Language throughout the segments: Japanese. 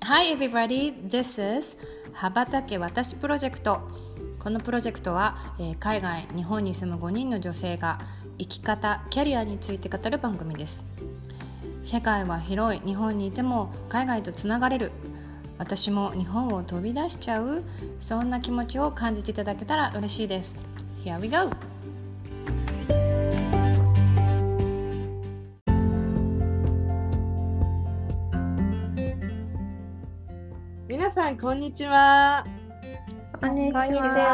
Hi everybody, this is 羽ばたけ私プロジェクト。このプロジェクトは、海外、日本に住む5人の女性が生き方、キャリアについて語る番組です。世界は広い、日本にいても海外とつながれる、私も日本を飛び出しちゃう、そんな気持ちを感じていただけたら嬉しいです。 Here we go! 皆さんこんにちは。 こんにちは。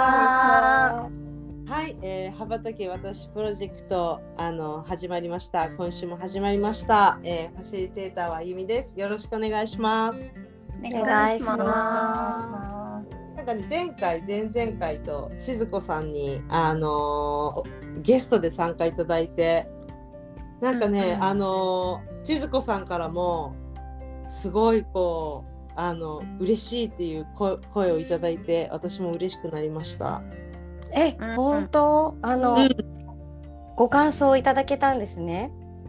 はい、羽ばたけ私プロジェクト始まりました。今週も始まりました。ファシリテーターはゆみです。よろしくお願いします。 お願いします。 なんかね、前回前々回と千鶴子さんにゲストで参加いただいて、なんかね、千鶴子さんからもすごいこう嬉しいっていう声をいただいて、私も嬉しくなりました。 本当ご感想いただけたんですね。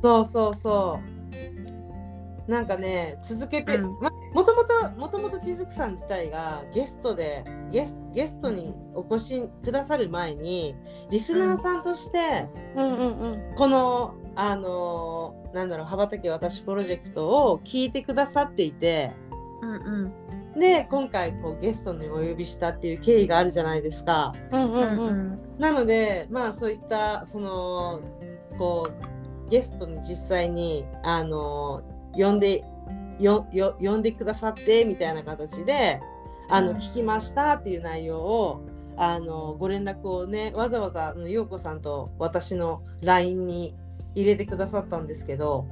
そうなんかね、続けて、もともと千鶴さん自体がゲストにお越しくださる前にリスナーさんとして、この羽ばたけ私プロジェクトを聞いてくださっていて、で今回こうゲストにお呼びしたっていう経緯があるじゃないですか。なのでそういったこうゲストに実際に呼んでくださってみたいな形で聞きましたっていう内容をご連絡をね、わざわざ陽子さんと私の LINE に入れてくださったんですけど、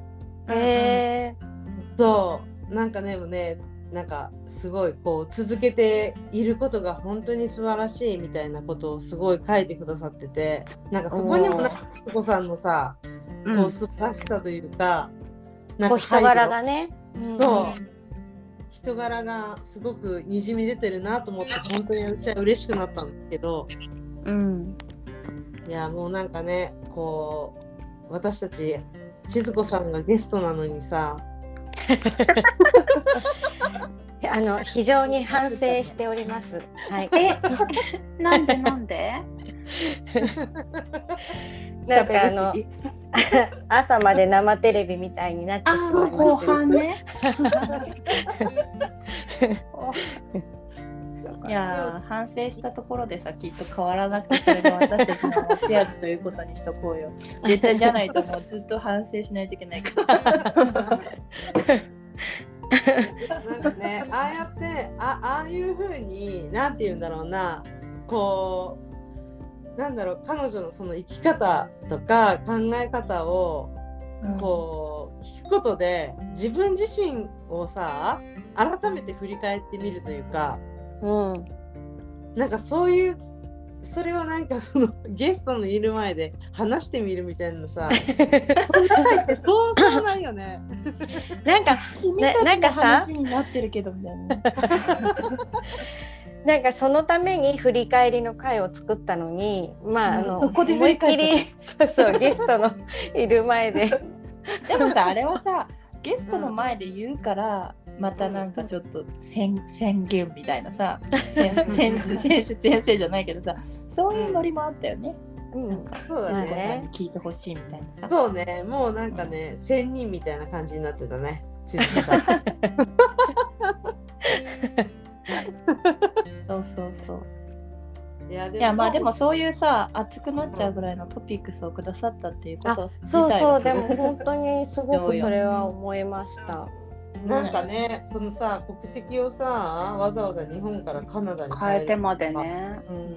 そうなんかねなんかすごいこう続けていることが本当に素晴らしいみたいなことをすごい書いてくださってて、なんかそこにも陽子さんのさ、こう素晴らしさというか、なんか人柄がね、 人柄がすごくにじみ出てるなと思って、本当に私は嬉しくなったんですけど、いやもうなんかね、こう私たち千鶴子さんがゲストなのにさ非常に反省しております。はい。 なんでなんか朝まで生テレビみたいになってしまいました。 後半ね。 いや反省したところでさ、きっと変わらなくて、それが私たちの持ち味ということにしとこうよ。絶対じゃないともうずっと反省しないといけないから。 なんかね、ああやってああいう風になんて言うんだろうな、こうなんだろう、彼女のその生き方とか考え方をこう聞くことで、自分自身をさ改めて振り返ってみるというか、なんかそういう、それをなんかそのゲストのいる前で話してみるみたいなさ、そんな回ってそうそうないよね。 なんか君たちの話になってるけどみたいな。 なんかそのために振り返りの会を作ったのに、 そこで思いっきりそうゲストのいる前ででもさ、あれはさゲストの前で言うから、またなんかちょっと宣言みたいなさ、選手先生じゃないけどさ、そういうノリもあったよね。なんかそうだね、 聞いてほしいみたいなさ。 そうね、もうなんかね、仙人みたいな感じになってたね、千鶴さん。 そういやでもそういうさ、熱くなっちゃうぐらいのトピックスをくださったっていうこと自体はでも本当にすごくそれは思いました。 なんかね、そのさ、国籍をさわざわざ日本からカナダに変えてまでね、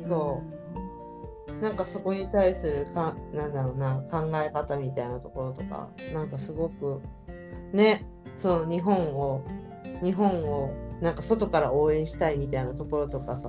なんかそこに対するなんだろうな、考え方みたいなところとか、なんかすごくね、その日本をなんか外から応援したいみたいなところとかさ、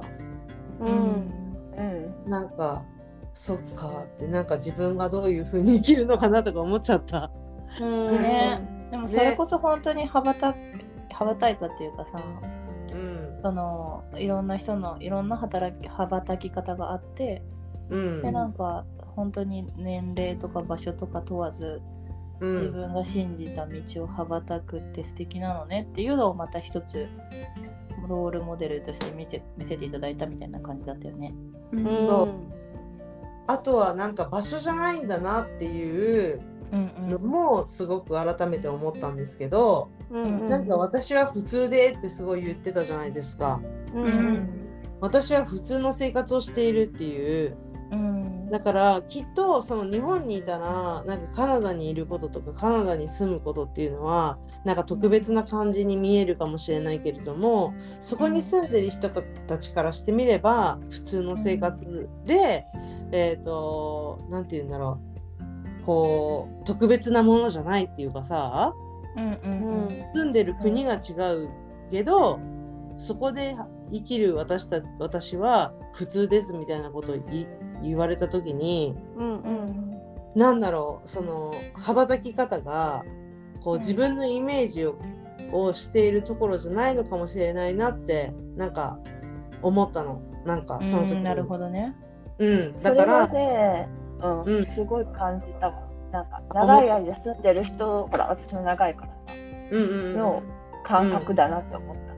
なんかそっかって、なんか自分がどういう風に生きるのかなとか思っちゃった。 でもそれこそ本当に羽ばたいたっていうかさ、そのいろんな人のいろんな羽ばたき方があって、でなんか本当に年齢とか場所とか問わず自分が信じた道を羽ばたくって素敵なのねっていうのをまた一つロールモデルとして見せていただいたみたいな感じだったよね。 そうあとはなんか場所じゃないんだなっていうのもすごく改めて思ったんですけど、なんか私は普通でってすごい言ってたじゃないですか。私は普通の生活をしているっていう、だからきっとその日本にいたらなんかカナダにいることとかカナダに住むことっていうのはなんか特別な感じに見えるかもしれないけれども、そこに住んでる人たちからしてみれば普通の生活で、なんて言うんだろう、こう特別なものじゃないっていうかさ、住んでる国が違うけどそこで生きる私は普通ですみたいなことを言われた時に、なんだろう、その羽ばたき方がこう自分のイメージをしているところじゃないのかもしれないなってなんか思ったの。なんかその時に、 なるほどね。 だからすごい感じたわ。なんか長い間住んでる人、ほら私も長いからさ、の感覚だなって思った。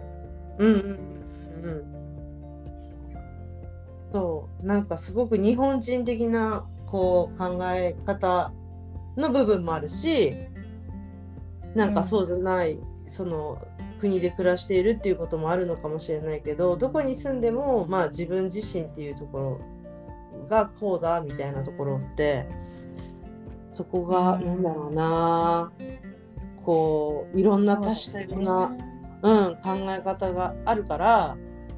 そうなんかすごく日本人的なこう考え方の部分もあるし、なんかそうじゃないその国で暮らしているっていうこともあるのかもしれないけど、どこに住んでもまあ自分自身っていうところがこうだみたいなところって、そこがなんだろうな、こういろんな多種多様な、考え方があるから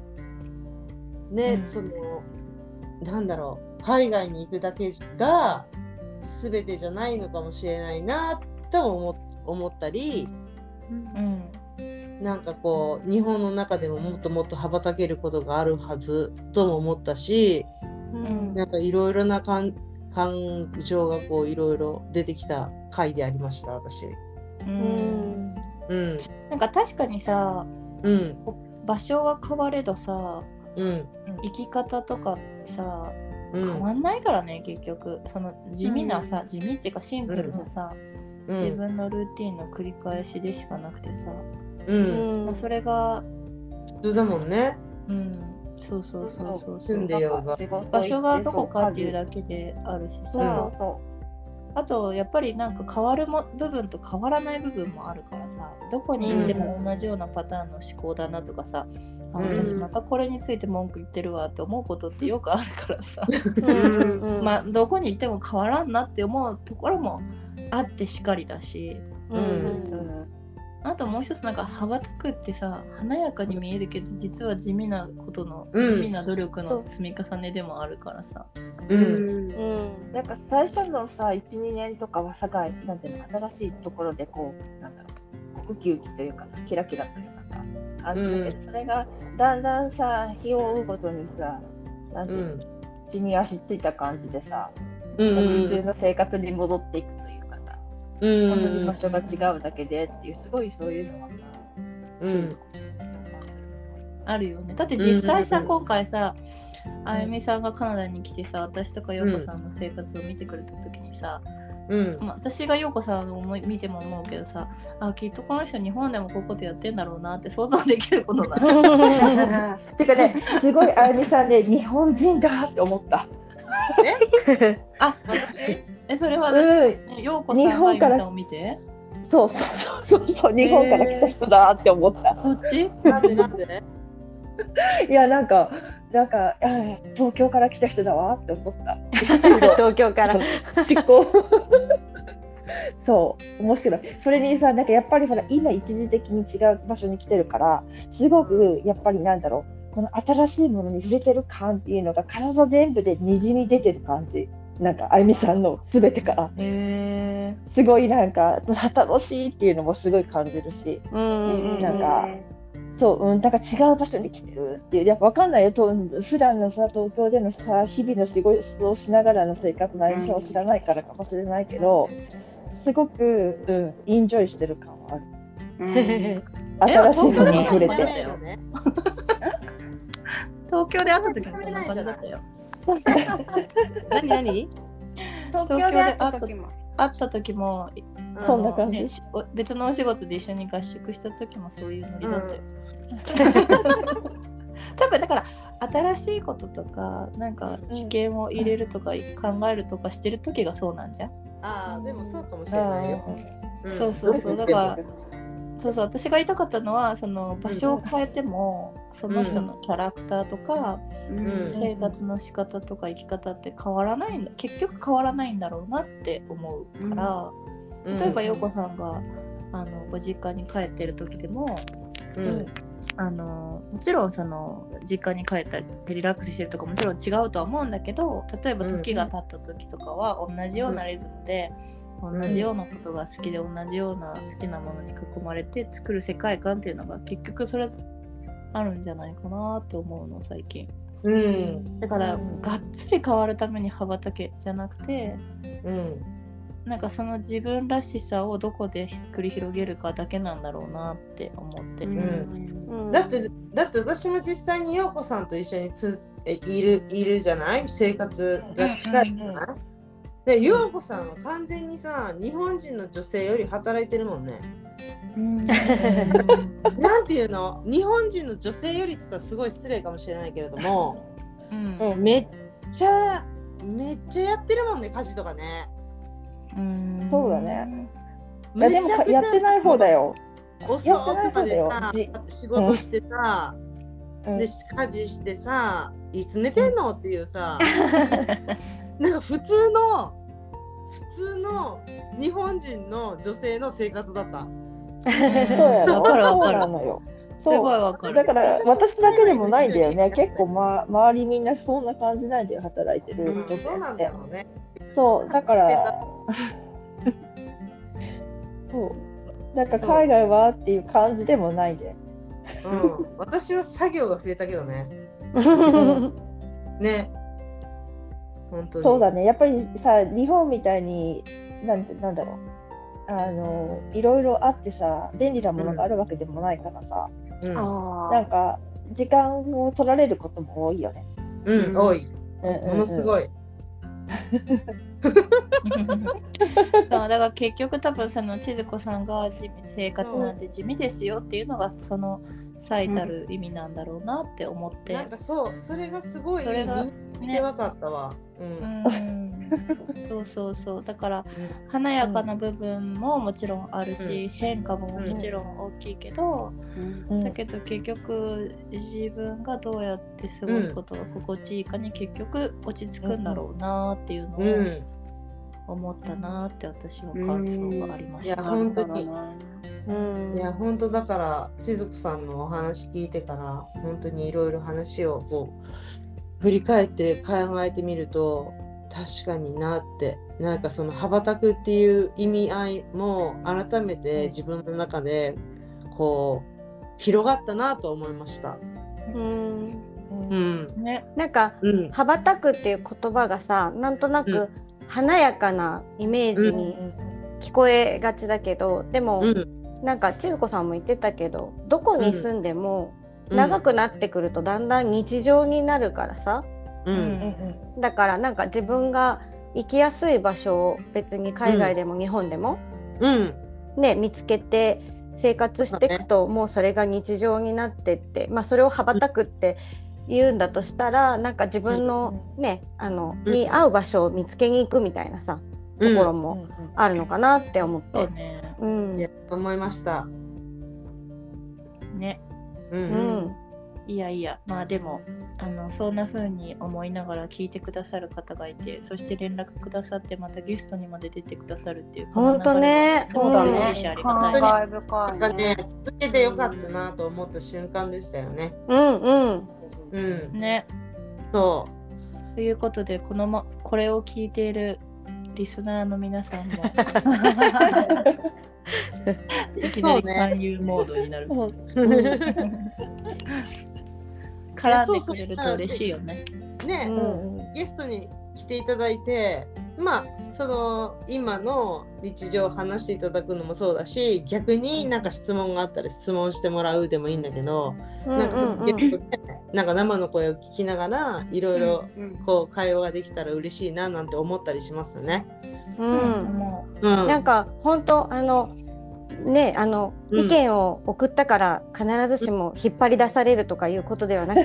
ね、そのなんだろう、海外に行くだけが全てじゃないのかもしれないなと思ったり、なんかこう日本の中でももっともっと羽ばたけることがあるはずとも思ったし、なんかいろいろな感情がこういろいろ出てきた回でありました私。 なんか確かにさ、場所は変われどさ、生き方とかさ、変わんないからね結局。その地味なさ、地味っていうかシンプルなさ、自分のルーティンの繰り返しでしかなくてさ、それが普通だもんね。 そう住んでようが場所がどこかっていうだけであるしさ、あとやっぱりなんか変わる部分と変わらない部分もあるからさ、どこに行っても同じようなパターンの思考だなとかさ、私またこれについて文句言ってるわって思うことってよくあるからさまあどこに行っても変わらんなって思うところもあってしかりだし、あともう一つなんか羽ばたくってさ、華やかに見えるけど実は地味なことの、地味な努力の積み重ねでもあるからさ、 なんか最初のさ 1,2 年とかはさ、なんていうの、新しいところでこうなんだろう、ウキウキというかさ、キラキラというかさ感じだけど、それがだんだんさ日を追うごとにさ、なんていうの、地に足ついた感じでさ、普通の生活に戻っていくというかさ、本当に場所が違うだけでっていう、すごいそういうのはあるよね。だって実際さ、今回さあゆみさんがカナダに来てさ、私とか陽子さんの生活を見てくれた時にさ、私が陽子さんを見ても思うけどさ、きっとこの人日本でもこういうことやってんだろうなって想像できることだてかね、すごいあゆみさんね、日本人だって思った。 それはね、陽子さんがあゆみさんを見て、 そう日本から来た人だって思った。 どっち？ なんでいやなんか東京から来た人だわって思った。 東京から思考そう面白い。それにさ、なんかやっぱりほら今一時的に違う場所に来てるから、すごくやっぱりなんだろう、この新しいものに触れてる感っていうのが体全部でにじみ出てる感じ。なんかあゆみさんのすべてからすごいなんか楽しいっていうのもすごい感じるし、なんかそう、なんか違う場所に来てるっていう、やっぱ分かんないよ、普段のさ東京でのさ日々の仕事をしながらの生活のあゆみさんを知らないからかもしれないけど、すごく、インジョイしてる感はある。新しいものに触れて。 東京で会った時もそんな感じだったよ。 何？ 東京で会った時も会った時もそんな感じ、 ね、別のお仕事で一緒に合宿した時もそういうノリだったよ、多分だから新しいこととかなんか知見を入れるとか考えるとかしてる時がそうなんじゃん。 ああでもそうかもしれないよ、 そうそうそう、だからそうそう、私が言いたかったのはその場所を変えても、その人のキャラクターとか、生活の仕方とか生き方って変わらないんだ、結局変わらないんだろうなって思うから、例えば陽子さんがご実家に帰ってる時でも、もちろんその実家に帰ったりリラックスしてるとかもちろん違うとは思うんだけど、例えば時が経った時とかは同じようなリズムで、同じようなことが好きで同じような好きなものに囲まれて作る世界観っていうのが結局それあるんじゃないかなって思うの最近、だからがっつり変わるために羽ばたけじゃなくて、なんかその自分らしさをどこで繰り広げるかだけなんだろうなって思ってる、 だって私も実際に陽子さんと一緒にいるじゃない、生活が近いじゃない、で陽子さんは完全にさ日本人の女性より働いてるもんね、なんていうの、日本人の女性よりって言ったらすごい失礼かもしれないけれども、めっちゃやってるもんね、家事とかね。 そうだね。いやでもやってない方だよ。 遅くまでさ仕事してさ、で家事してさ、いつ寝てんのっていうさ、なんか普通の日本人の女性の生活だった。 そうやな、 わかるわかる。 すごいわかる。だから私だけでもないんだよね。結構周りみんなそんな感じなんだよ、働いてる女性って。 そうなんだろうね。 そうだからそうなんか海外はっていう感じでもないで、 私は作業が増えたけどね。ね、本当にそうだね。やっぱりさ、日本みたいになんだろう、いろいろあってさ、便利なものがあるわけでもないからさ、なんか時間を取られることも多いよね。 多い、ものすごい。 そうだから結局多分その千鶴子さんが生活なんて地味ですよっていうのがその最たる意味なんだろうなって思って、 なんかそれがすごい見て分かったわ。 そうだから華やかな部分ももちろんあるし、変化ももちろん大きいけど、だけど結局自分がどうやって過ごすことが心地いいかに結局落ち着くんだろうなっていうのを思ったなって私は感想がありました。 いや本当に、いや本当だから千鶴子さんのお話聞いてから本当にいろいろ話をこう振り返って考えてみると確かになって、なんかその羽ばたくっていう意味合いも改めて自分の中でこう広がったなと思いました。 なんか、羽ばたくっていう言葉がさ、なんとなく華やかなイメージに聞こえがちだけど、でも、なんか千鶴子さんも言ってたけど、どこに住んでも長くなってくるとだんだん日常になるからさ、だからなんか自分が行きやすい場所を別に海外でも日本でも、見つけて生活していくと、もうそれが日常になってって、それを羽ばたくって言うんだとしたら、なんか自分のね、に合う場所を見つけに行くみたいなさ、ところもあるのかなって思って、 いや思いましたね。いやでもそんな風に思いながら聞いてくださる方がいて、そして連絡くださってまたゲストにまで出てくださるっていうか、 本当ね、 そうだね、嬉しいしありがたいね。 なんかね、続けてよかったなと思った瞬間でしたよね。 ね。そうということでこれを聞いているリスナーの皆さんもいきなり勧誘モードになる。絡んでくれると嬉しいよね。 ゲストに来ていただいて、 まあその今の日常を話していただくのもそうだし、逆になんか質問があったら質問してもらうでもいいんだけど、なんかそのゲストでなんか生の声を聞きながらいろいろこう会話ができたら嬉しいななんて思ったりしますよね。 なんか本当ね、意見を送ったから必ずしも引っ張り出されるとかいうことではなく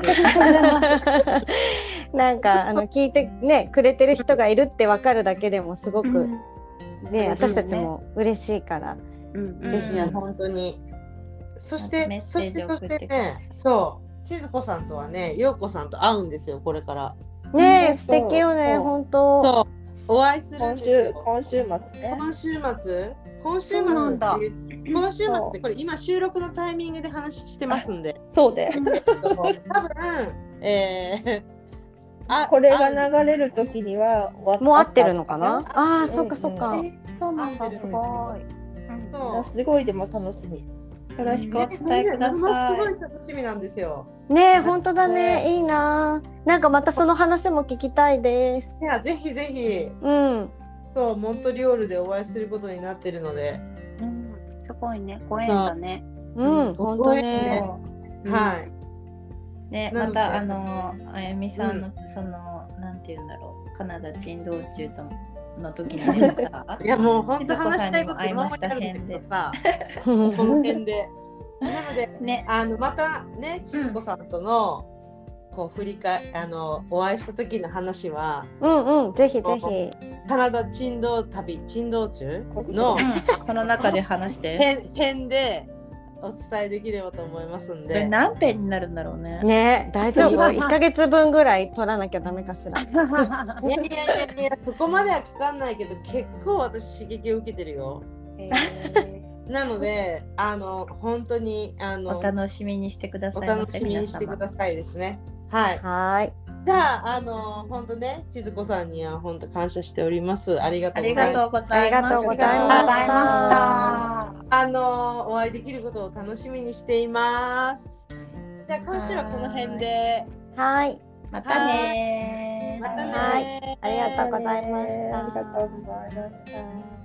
なんか聞いて、ね、くれてる人がいるって分かるだけでもすごく、ね、私たちも嬉しいから、ぜひ。 いや本当に。そしてね、そう千鶴子さんとはね、陽子さんと会うんですよこれから。 ねえ、素敵よね、本当。 そうお会いするんですよ。 今週末ね。 今週末ってこれ今収録のタイミングで話してますんで。 そうで。 多分これが流れる時にはもう合ってるのかな。ああ、そっかそっか。 そうなんだ、すごい。 すごいでも楽しみ。 よろしくお伝えください。 すごい楽しみなんですよ。 ねえ、本当だね、いいな。なんかまたその話も聞きたいです。 いや、ぜひぜひ。そう、モントリオールでお会いすることになってるので。 すごいね、ご縁だね。 本当ね。 はい。 ね、またあやみさんのそのなんていうんだろう、カナダ珍道中の時にさ、 いやもう本当話したいこと今まであるんだけどさ、この辺で。なので、ね、またね、千鶴子さんとのこうお会いした時の話は、 ぜひぜひ。 カナダ珍道中のその中で話して編でお伝えできればと思いますんで。 何編になるんだろうね。 ね、大丈夫？1ヶ月分ぐらい取らなきゃダメかしら。いやそこまではかかんないけど結構私刺激を受けてるよ。なので本当にお楽しみにしてください。 お楽しみにしてくださいですね。はい。じゃあ本当ね、千鶴子さんには本当感謝しております。ありがとうございました。お会いできることを楽しみにしています。じゃあ今週はこの辺で。 はい。 またね。 ありがとうございました。 ありがとうございました。